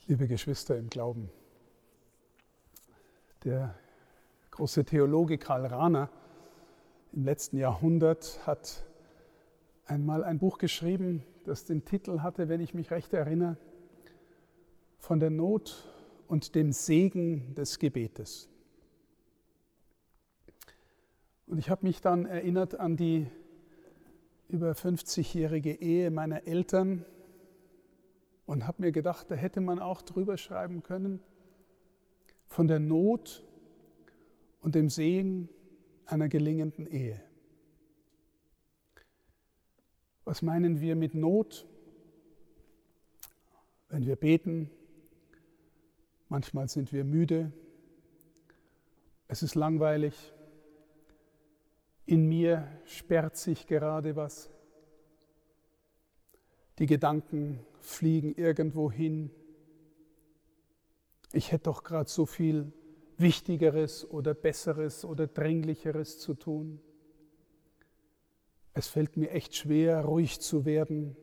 Liebe Geschwister im Glauben, der große Theologe Karl Rahner im letzten Jahrhundert hat einmal ein Buch geschrieben, das den Titel hatte, wenn ich mich recht erinnere, von der Not und dem Segen des Gebetes. Und ich habe mich dann erinnert an die über 50-jährige Ehe meiner Eltern und habe mir gedacht, da hätte man auch drüber schreiben können, von der Not und dem Segen einer gelingenden Ehe. Was meinen wir mit Not? Wenn wir beten, manchmal sind wir müde, es ist langweilig, in mir sperrt sich gerade was, die Gedanken fliegen irgendwo hin. Ich hätte doch gerade so viel Wichtigeres oder Besseres oder Dringlicheres zu tun. Es fällt mir echt schwer, ruhig zu werden.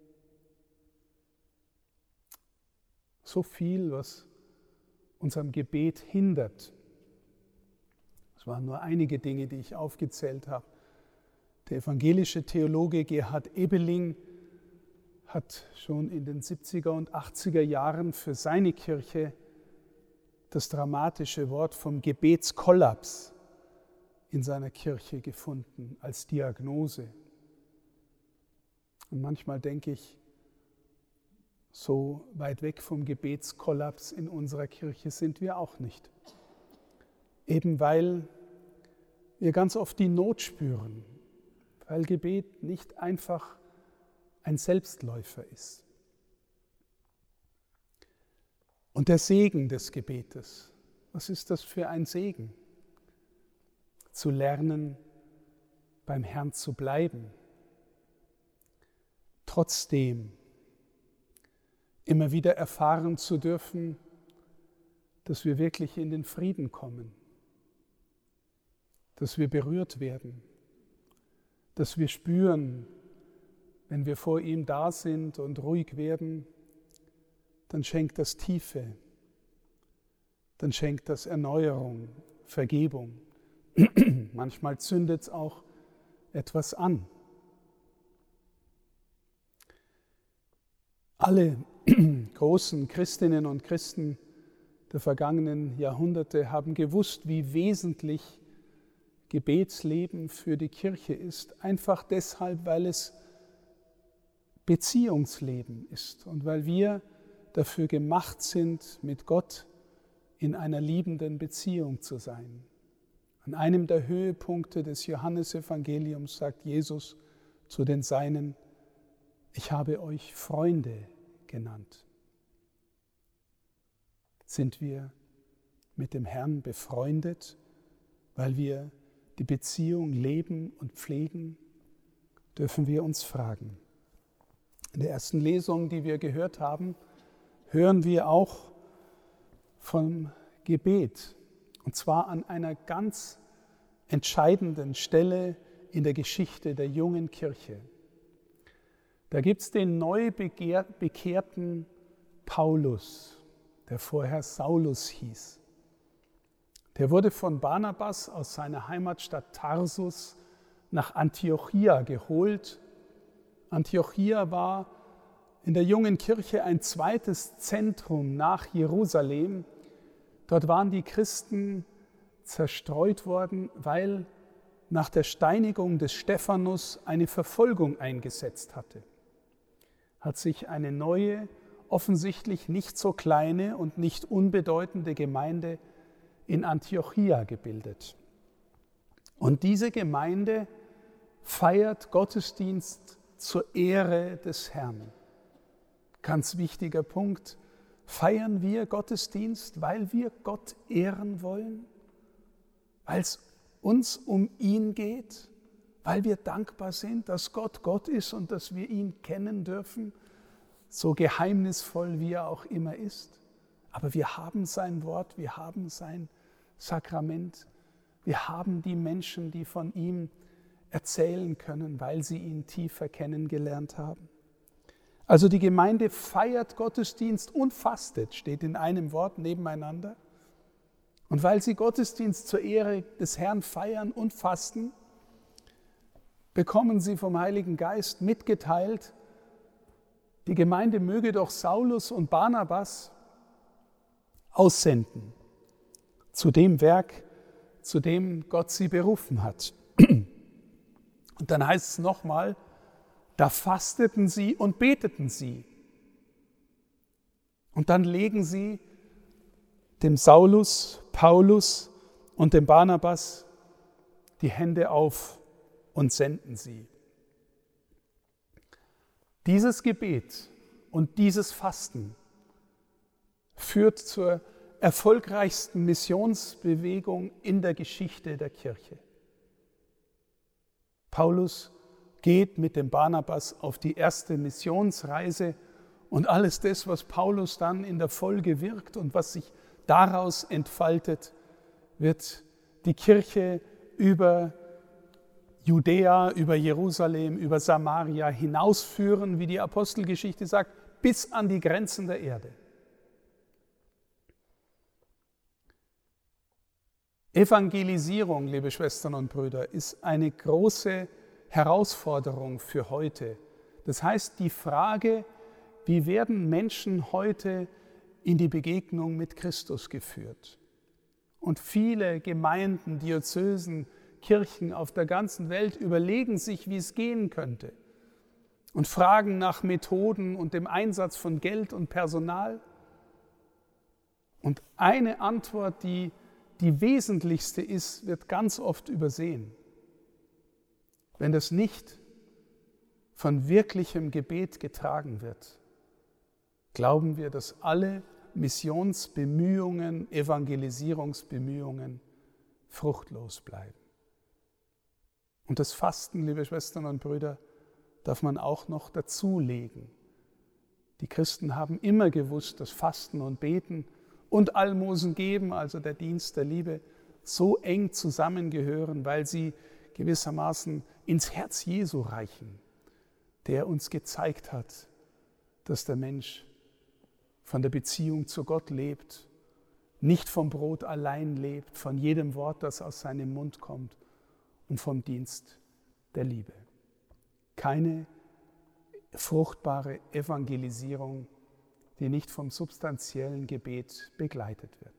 So viel, was unserem Gebet hindert. Das waren nur einige Dinge, die ich aufgezählt habe. Der evangelische Theologe Gerhard Ebeling hat schon in den 70er und 80er Jahren für seine Kirche das dramatische Wort vom Gebetskollaps in seiner Kirche gefunden als Diagnose. Und manchmal denke ich, so weit weg vom Gebetskollaps in unserer Kirche sind wir auch nicht. Eben weil wir ganz oft die Not spüren, weil Gebet nicht einfach ein Selbstläufer ist. Und der Segen des Gebetes, was ist das für ein Segen? Zu lernen, beim Herrn zu bleiben. Trotzdem immer wieder erfahren zu dürfen, dass wir wirklich in den Frieden kommen, dass wir berührt werden, dass wir spüren, wenn wir vor ihm da sind und ruhig werden, dann schenkt das Tiefe, dann schenkt das Erneuerung, Vergebung. Manchmal zündet es auch etwas an. Alle großen Christinnen und Christen der vergangenen Jahrhunderte haben gewusst, wie wesentlich Gebetsleben für die Kirche ist, einfach deshalb, weil es Beziehungsleben ist und weil wir dafür gemacht sind, mit Gott in einer liebenden Beziehung zu sein. An einem der Höhepunkte des Johannesevangeliums sagt Jesus zu den Seinen: Ich habe euch Freunde genannt. Sind wir mit dem Herrn befreundet, weil wir die Beziehung leben und pflegen, dürfen wir uns fragen. In der ersten Lesung, die wir gehört haben, hören wir auch vom Gebet. Und zwar an einer ganz entscheidenden Stelle in der Geschichte der jungen Kirche. Da gibt es den neu bekehrten Paulus, der vorher Saulus hieß. Der wurde von Barnabas aus seiner Heimatstadt Tarsus nach Antiochia geholt. Antiochia war in der jungen Kirche ein zweites Zentrum nach Jerusalem. Dort waren die Christen zerstreut worden, weil nach der Steinigung des Stephanus eine Verfolgung eingesetzt hatte. Hat sich eine neue, offensichtlich nicht so kleine und nicht unbedeutende Gemeinde in Antiochia gebildet. Und diese Gemeinde feiert Gottesdienst zur Ehre des Herrn. Ganz wichtiger Punkt: Feiern wir Gottesdienst, weil wir Gott ehren wollen? Weil es uns um ihn geht? Weil wir dankbar sind, dass Gott Gott ist und dass wir ihn kennen dürfen, so geheimnisvoll wie er auch immer ist? Aber wir haben sein Wort, wir haben sein Sakrament, wir haben die Menschen, die von ihm erzählen können, weil sie ihn tiefer kennengelernt haben. Also die Gemeinde feiert Gottesdienst und fastet, steht in einem Wort nebeneinander. Und weil sie Gottesdienst zur Ehre des Herrn feiern und fasten, bekommen sie vom Heiligen Geist mitgeteilt, die Gemeinde möge doch Saulus und Barnabas aussenden zu dem Werk, zu dem Gott sie berufen hat. Und dann heißt es nochmal, da fasteten sie und beteten sie. Und dann legen sie dem Saulus, Paulus und dem Barnabas die Hände auf und senden sie. Dieses Gebet und dieses Fasten führt zur erfolgreichsten Missionsbewegung in der Geschichte der Kirche. Paulus geht mit dem Barnabas auf die erste Missionsreise und alles das, was Paulus dann in der Folge wirkt und was sich daraus entfaltet, wird die Kirche über Judäa, über Jerusalem, über Samaria hinausführen, wie die Apostelgeschichte sagt, bis an die Grenzen der Erde. Evangelisierung, liebe Schwestern und Brüder, ist eine große Herausforderung für heute. Das heißt, die Frage, wie werden Menschen heute in die Begegnung mit Christus geführt? Und viele Gemeinden, Diözesen, Kirchen auf der ganzen Welt überlegen sich, wie es gehen könnte und fragen nach Methoden und dem Einsatz von Geld und Personal. Und eine Antwort, die wesentlichste ist, wird ganz oft übersehen. Wenn das nicht von wirklichem Gebet getragen wird, glauben wir, dass alle Missionsbemühungen, Evangelisierungsbemühungen fruchtlos bleiben. Und das Fasten, liebe Schwestern und Brüder, darf man auch noch dazulegen. Die Christen haben immer gewusst, dass Fasten und Beten und Almosen geben, also der Dienst der Liebe, so eng zusammengehören, weil sie gewissermaßen ins Herz Jesu reichen, der uns gezeigt hat, dass der Mensch von der Beziehung zu Gott lebt, nicht vom Brot allein lebt, von jedem Wort, das aus seinem Mund kommt und vom Dienst der Liebe. Keine fruchtbare Evangelisierung, die nicht vom substanziellen Gebet begleitet wird.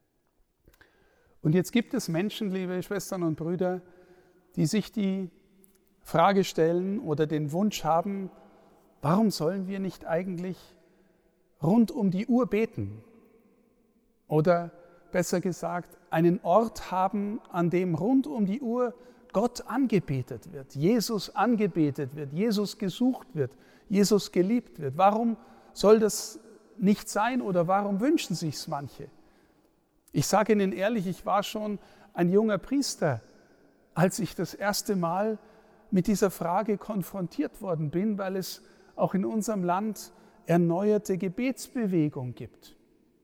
Und jetzt gibt es Menschen, liebe Schwestern und Brüder, die sich die Frage stellen oder den Wunsch haben, warum sollen wir nicht eigentlich rund um die Uhr beten? Oder besser gesagt, einen Ort haben, an dem rund um die Uhr Gott angebetet wird, Jesus angebetet wird, Jesus gesucht wird, Jesus geliebt wird. Warum soll das nicht sein oder warum wünschen sich es manche? Ich sage Ihnen ehrlich, ich war schon ein junger Priester, als ich das erste Mal mit dieser Frage konfrontiert worden bin, weil es auch in unserem Land erneuerte Gebetsbewegung gibt.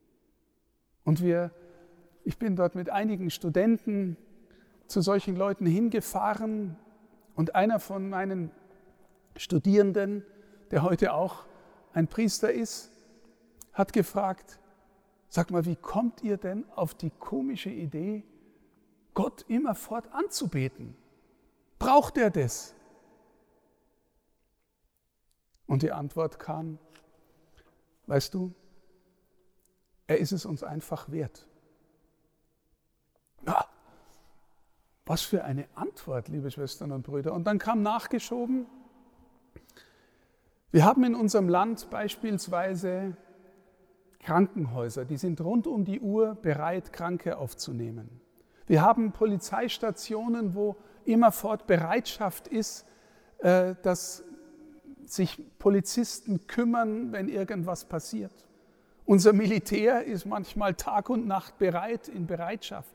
Und ich bin dort mit einigen Studenten zu solchen Leuten hingefahren und einer von meinen Studierenden, der heute auch ein Priester ist, hat gefragt, sag mal, wie kommt ihr denn auf die komische Idee, Gott immerfort anzubeten? Braucht er das? Und die Antwort kam, weißt du, er ist es uns einfach wert. Ja, was für eine Antwort, liebe Schwestern und Brüder. Und dann kam nachgeschoben, wir haben in unserem Land beispielsweise Krankenhäuser, die sind rund um die Uhr bereit, Kranke aufzunehmen. Wir haben Polizeistationen, wo immerfort Bereitschaft ist, dass sich Polizisten kümmern, wenn irgendwas passiert. Unser Militär ist manchmal Tag und Nacht bereit, in Bereitschaft.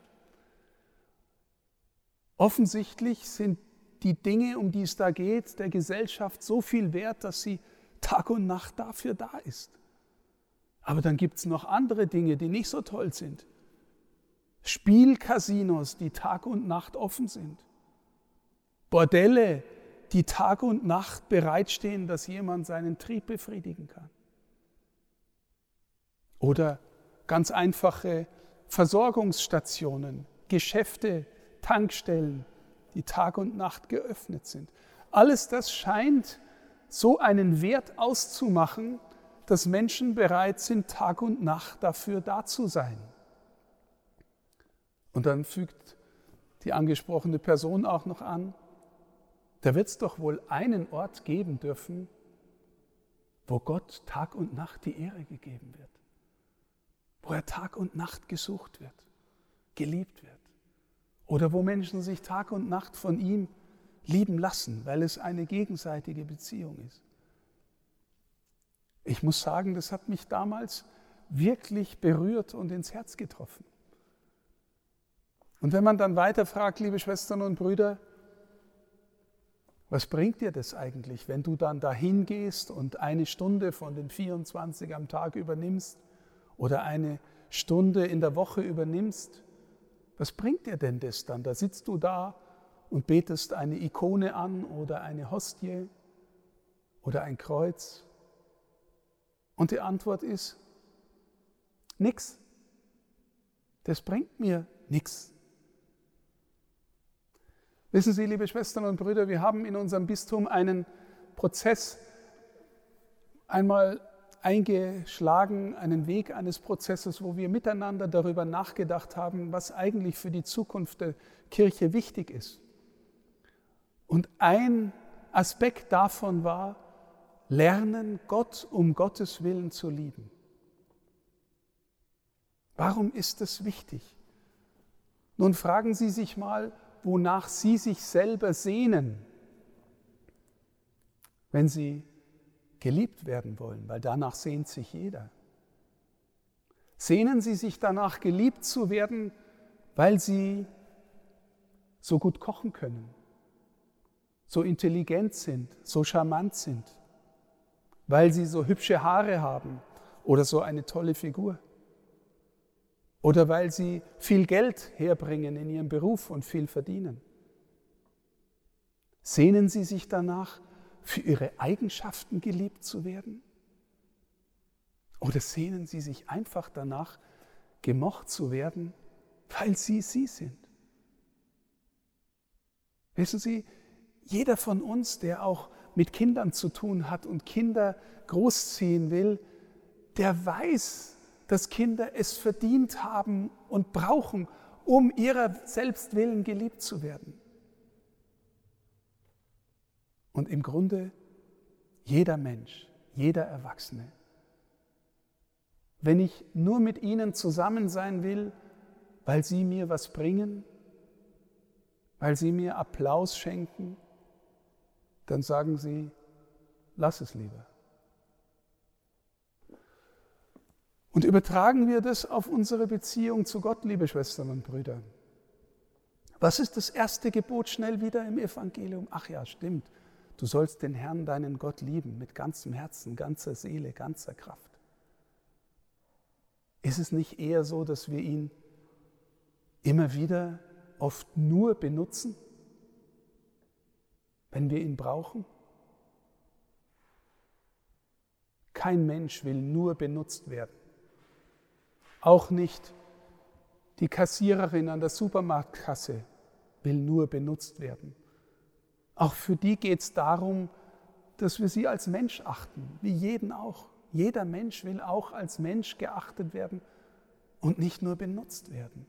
Offensichtlich sind die Dinge, um die es da geht, der Gesellschaft so viel wert, dass sie Tag und Nacht dafür da ist. Aber dann gibt es noch andere Dinge, die nicht so toll sind. Spielcasinos, die Tag und Nacht offen sind. Bordelle, die Tag und Nacht bereitstehen, dass jemand seinen Trieb befriedigen kann. Oder ganz einfache Versorgungsstationen, Geschäfte, Tankstellen, die Tag und Nacht geöffnet sind. Alles das scheint so einen Wert auszumachen, dass Menschen bereit sind, Tag und Nacht dafür da zu sein. Und dann fügt die angesprochene Person auch noch an, da wird es doch wohl einen Ort geben dürfen, wo Gott Tag und Nacht die Ehre gegeben wird, wo er Tag und Nacht gesucht wird, geliebt wird oder wo Menschen sich Tag und Nacht von ihm lieben lassen, weil es eine gegenseitige Beziehung ist. Ich muss sagen, das hat mich damals wirklich berührt und ins Herz getroffen. Und wenn man dann weiter fragt, liebe Schwestern und Brüder, was bringt dir das eigentlich, wenn du dann dahin gehst und eine Stunde von den 24 am Tag übernimmst oder eine Stunde in der Woche übernimmst? Was bringt dir denn das dann? Da sitzt du da und betest eine Ikone an oder eine Hostie oder ein Kreuz. Und die Antwort ist, nix. Das bringt mir nichts. Wissen Sie, liebe Schwestern und Brüder, wir haben in unserem Bistum einen Prozess einmal eingeschlagen, einen Weg eines Prozesses, wo wir miteinander darüber nachgedacht haben, was eigentlich für die Zukunft der Kirche wichtig ist. Und ein Aspekt davon war, lernen, Gott um Gottes Willen zu lieben. Warum ist das wichtig? Nun fragen Sie sich mal, wonach Sie sich selber sehnen, wenn Sie geliebt werden wollen, weil danach sehnt sich jeder. Sehnen Sie sich danach, geliebt zu werden, weil Sie so gut kochen können, so intelligent sind, so charmant sind, weil Sie so hübsche Haare haben oder so eine tolle Figur? Oder weil sie viel Geld herbringen in ihrem Beruf und viel verdienen? Sehnen Sie sich danach, für Ihre Eigenschaften geliebt zu werden? Oder sehnen Sie sich einfach danach, gemocht zu werden, weil Sie sind? Wissen Sie, jeder von uns, der auch mit Kindern zu tun hat und Kinder großziehen will, der weiß, dass Kinder es verdient haben und brauchen, um ihrer selbst willen geliebt zu werden. Und im Grunde jeder Mensch, jeder Erwachsene. Wenn ich nur mit ihnen zusammen sein will, weil sie mir was bringen, weil sie mir Applaus schenken, dann sagen sie, lass es lieber. Und übertragen wir das auf unsere Beziehung zu Gott, liebe Schwestern und Brüder. Was ist das erste Gebot schnell wieder im Evangelium? Ach ja, stimmt. Du sollst den Herrn, deinen Gott, lieben, mit ganzem Herzen, ganzer Seele, ganzer Kraft. Ist es nicht eher so, dass wir ihn immer wieder oft nur benutzen, wenn wir ihn brauchen? Kein Mensch will nur benutzt werden. Auch nicht die Kassiererin an der Supermarktkasse will nur benutzt werden. Auch für die geht es darum, dass wir sie als Mensch achten, wie jeden auch. Jeder Mensch will auch als Mensch geachtet werden und nicht nur benutzt werden.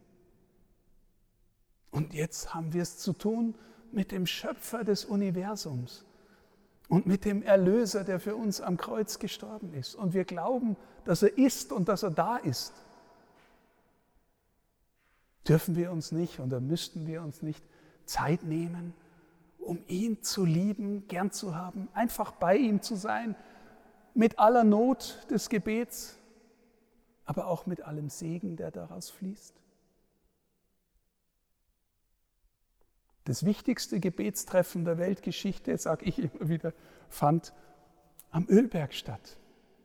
Und jetzt haben wir es zu tun mit dem Schöpfer des Universums und mit dem Erlöser, der für uns am Kreuz gestorben ist. Und wir glauben, dass er ist und dass er da ist. Dürfen wir uns nicht oder müssten wir uns nicht Zeit nehmen, um ihn zu lieben, gern zu haben, einfach bei ihm zu sein, mit aller Not des Gebets, aber auch mit allem Segen, der daraus fließt? Das wichtigste Gebetstreffen der Weltgeschichte, sage ich immer wieder, fand am Ölberg statt.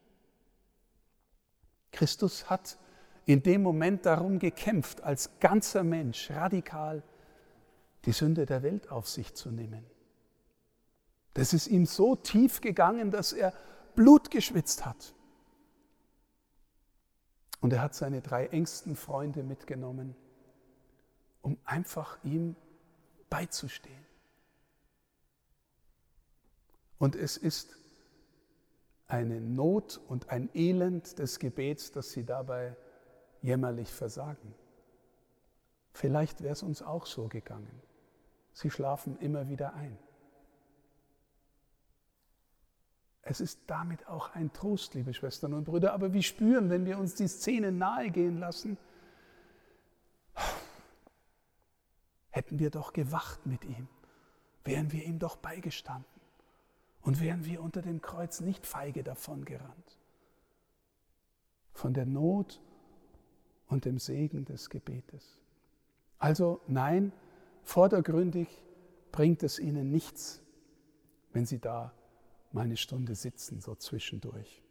Christus hat in dem Moment darum gekämpft, als ganzer Mensch radikal die Sünde der Welt auf sich zu nehmen. Das ist ihm so tief gegangen, dass er Blut geschwitzt hat. Und er hat seine 3 engsten Freunde mitgenommen, um einfach ihm beizustehen. Und es ist eine Not und ein Elend des Gebets, dass sie dabei jämmerlich versagen. Vielleicht wäre es uns auch so gegangen. Sie schlafen immer wieder ein. Es ist damit auch ein Trost, liebe Schwestern und Brüder, aber wir spüren, wenn wir uns die Szene nahe gehen lassen, hätten wir doch gewacht mit ihm, wären wir ihm doch beigestanden und wären wir unter dem Kreuz nicht feige davon gerannt. Von der Not und dem Segen des Gebetes. Also nein, vordergründig bringt es ihnen nichts, wenn sie da mal eine Stunde sitzen, so zwischendurch.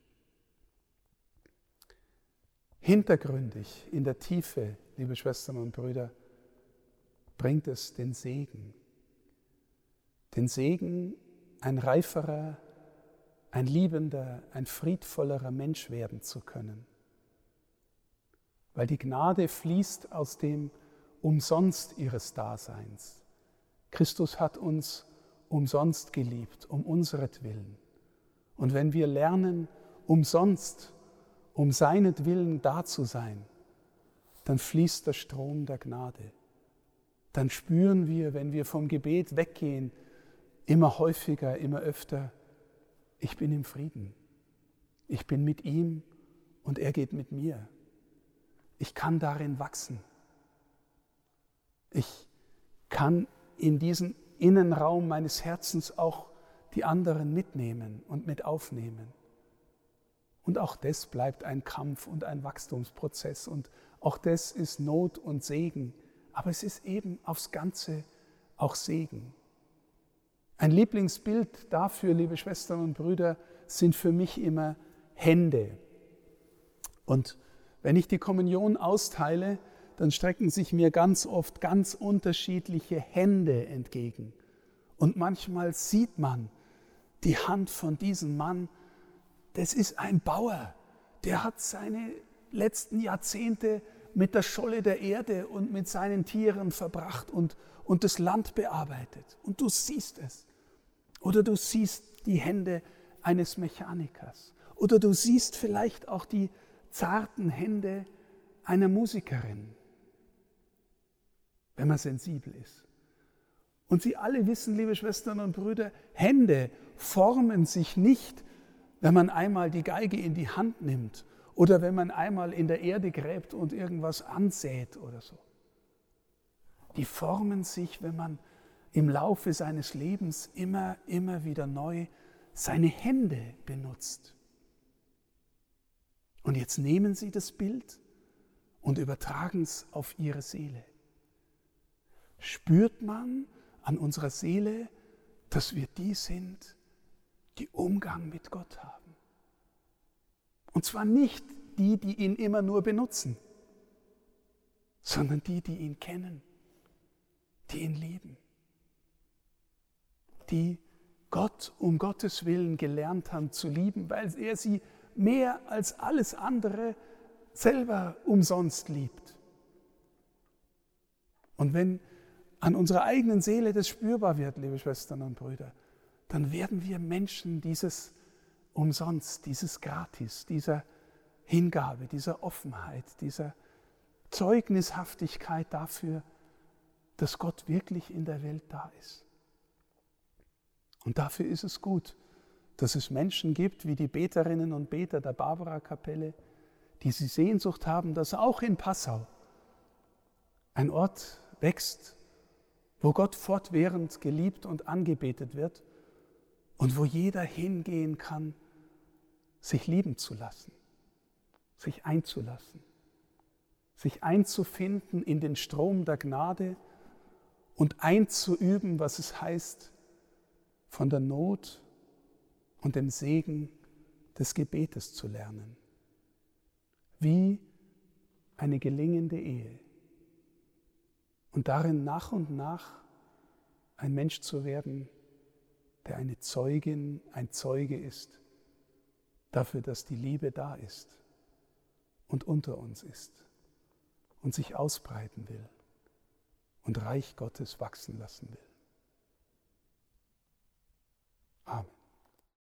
Hintergründig, in der Tiefe, liebe Schwestern und Brüder, bringt es den Segen. Den Segen, ein reiferer, ein liebender, ein friedvollerer Mensch werden zu können. Weil die Gnade fließt aus dem Umsonst ihres Daseins. Christus hat uns umsonst geliebt, um unseretwillen. Und wenn wir lernen, umsonst, um seinetwillen da zu sein, dann fließt der Strom der Gnade. Dann spüren wir, wenn wir vom Gebet weggehen, immer häufiger, immer öfter, ich bin im Frieden. Ich bin mit ihm und er geht mit mir. Ich kann darin wachsen. Ich kann in diesen Innenraum meines Herzens auch die anderen mitnehmen und mit aufnehmen. Und auch das bleibt ein Kampf und ein Wachstumsprozess und auch das ist Not und Segen, aber es ist eben aufs Ganze auch Segen. Ein Lieblingsbild dafür, liebe Schwestern und Brüder, sind für mich immer Hände. Und wenn ich die Kommunion austeile, dann strecken sich mir ganz oft ganz unterschiedliche Hände entgegen. Und manchmal sieht man die Hand von diesem Mann, das ist ein Bauer, der hat seine letzten Jahrzehnte mit der Scholle der Erde und mit seinen Tieren verbracht und das Land bearbeitet. Und du siehst es. Oder du siehst die Hände eines Mechanikers. Oder du siehst vielleicht auch die zarten Hände einer Musikerin, wenn man sensibel ist. Und Sie alle wissen, liebe Schwestern und Brüder, Hände formen sich nicht, wenn man einmal die Geige in die Hand nimmt oder wenn man einmal in der Erde gräbt und irgendwas ansät oder so. Die formen sich, wenn man im Laufe seines Lebens immer wieder neu seine Hände benutzt. Und jetzt nehmen Sie das Bild und übertragen es auf Ihre Seele. Spürt man an unserer Seele, dass wir die sind, die Umgang mit Gott haben. Und zwar nicht die, die ihn immer nur benutzen, sondern die, die ihn kennen, die ihn lieben, die Gott um Gottes Willen gelernt haben zu lieben, weil er sie mehr als alles andere selber umsonst liebt. Und wenn an unserer eigenen Seele das spürbar wird, liebe Schwestern und Brüder, dann werden wir Menschen dieses Umsonst, dieses Gratis, dieser Hingabe, dieser Offenheit, dieser Zeugnishaftigkeit dafür, dass Gott wirklich in der Welt da ist. Und dafür ist es gut, dass es Menschen gibt, wie die Beterinnen und Beter der Barbara-Kapelle, die die Sehnsucht haben, dass auch in Passau ein Ort wächst, wo Gott fortwährend geliebt und angebetet wird und wo jeder hingehen kann, sich lieben zu lassen, sich einzulassen, sich einzufinden in den Strom der Gnade und einzuüben, was es heißt, von der Not und dem Segen des Gebetes zu lernen. Wie eine gelingende Ehe. Und darin nach und nach ein Mensch zu werden, der eine Zeugin, ein Zeuge ist dafür, dass die Liebe da ist und unter uns ist und sich ausbreiten will und Reich Gottes wachsen lassen will.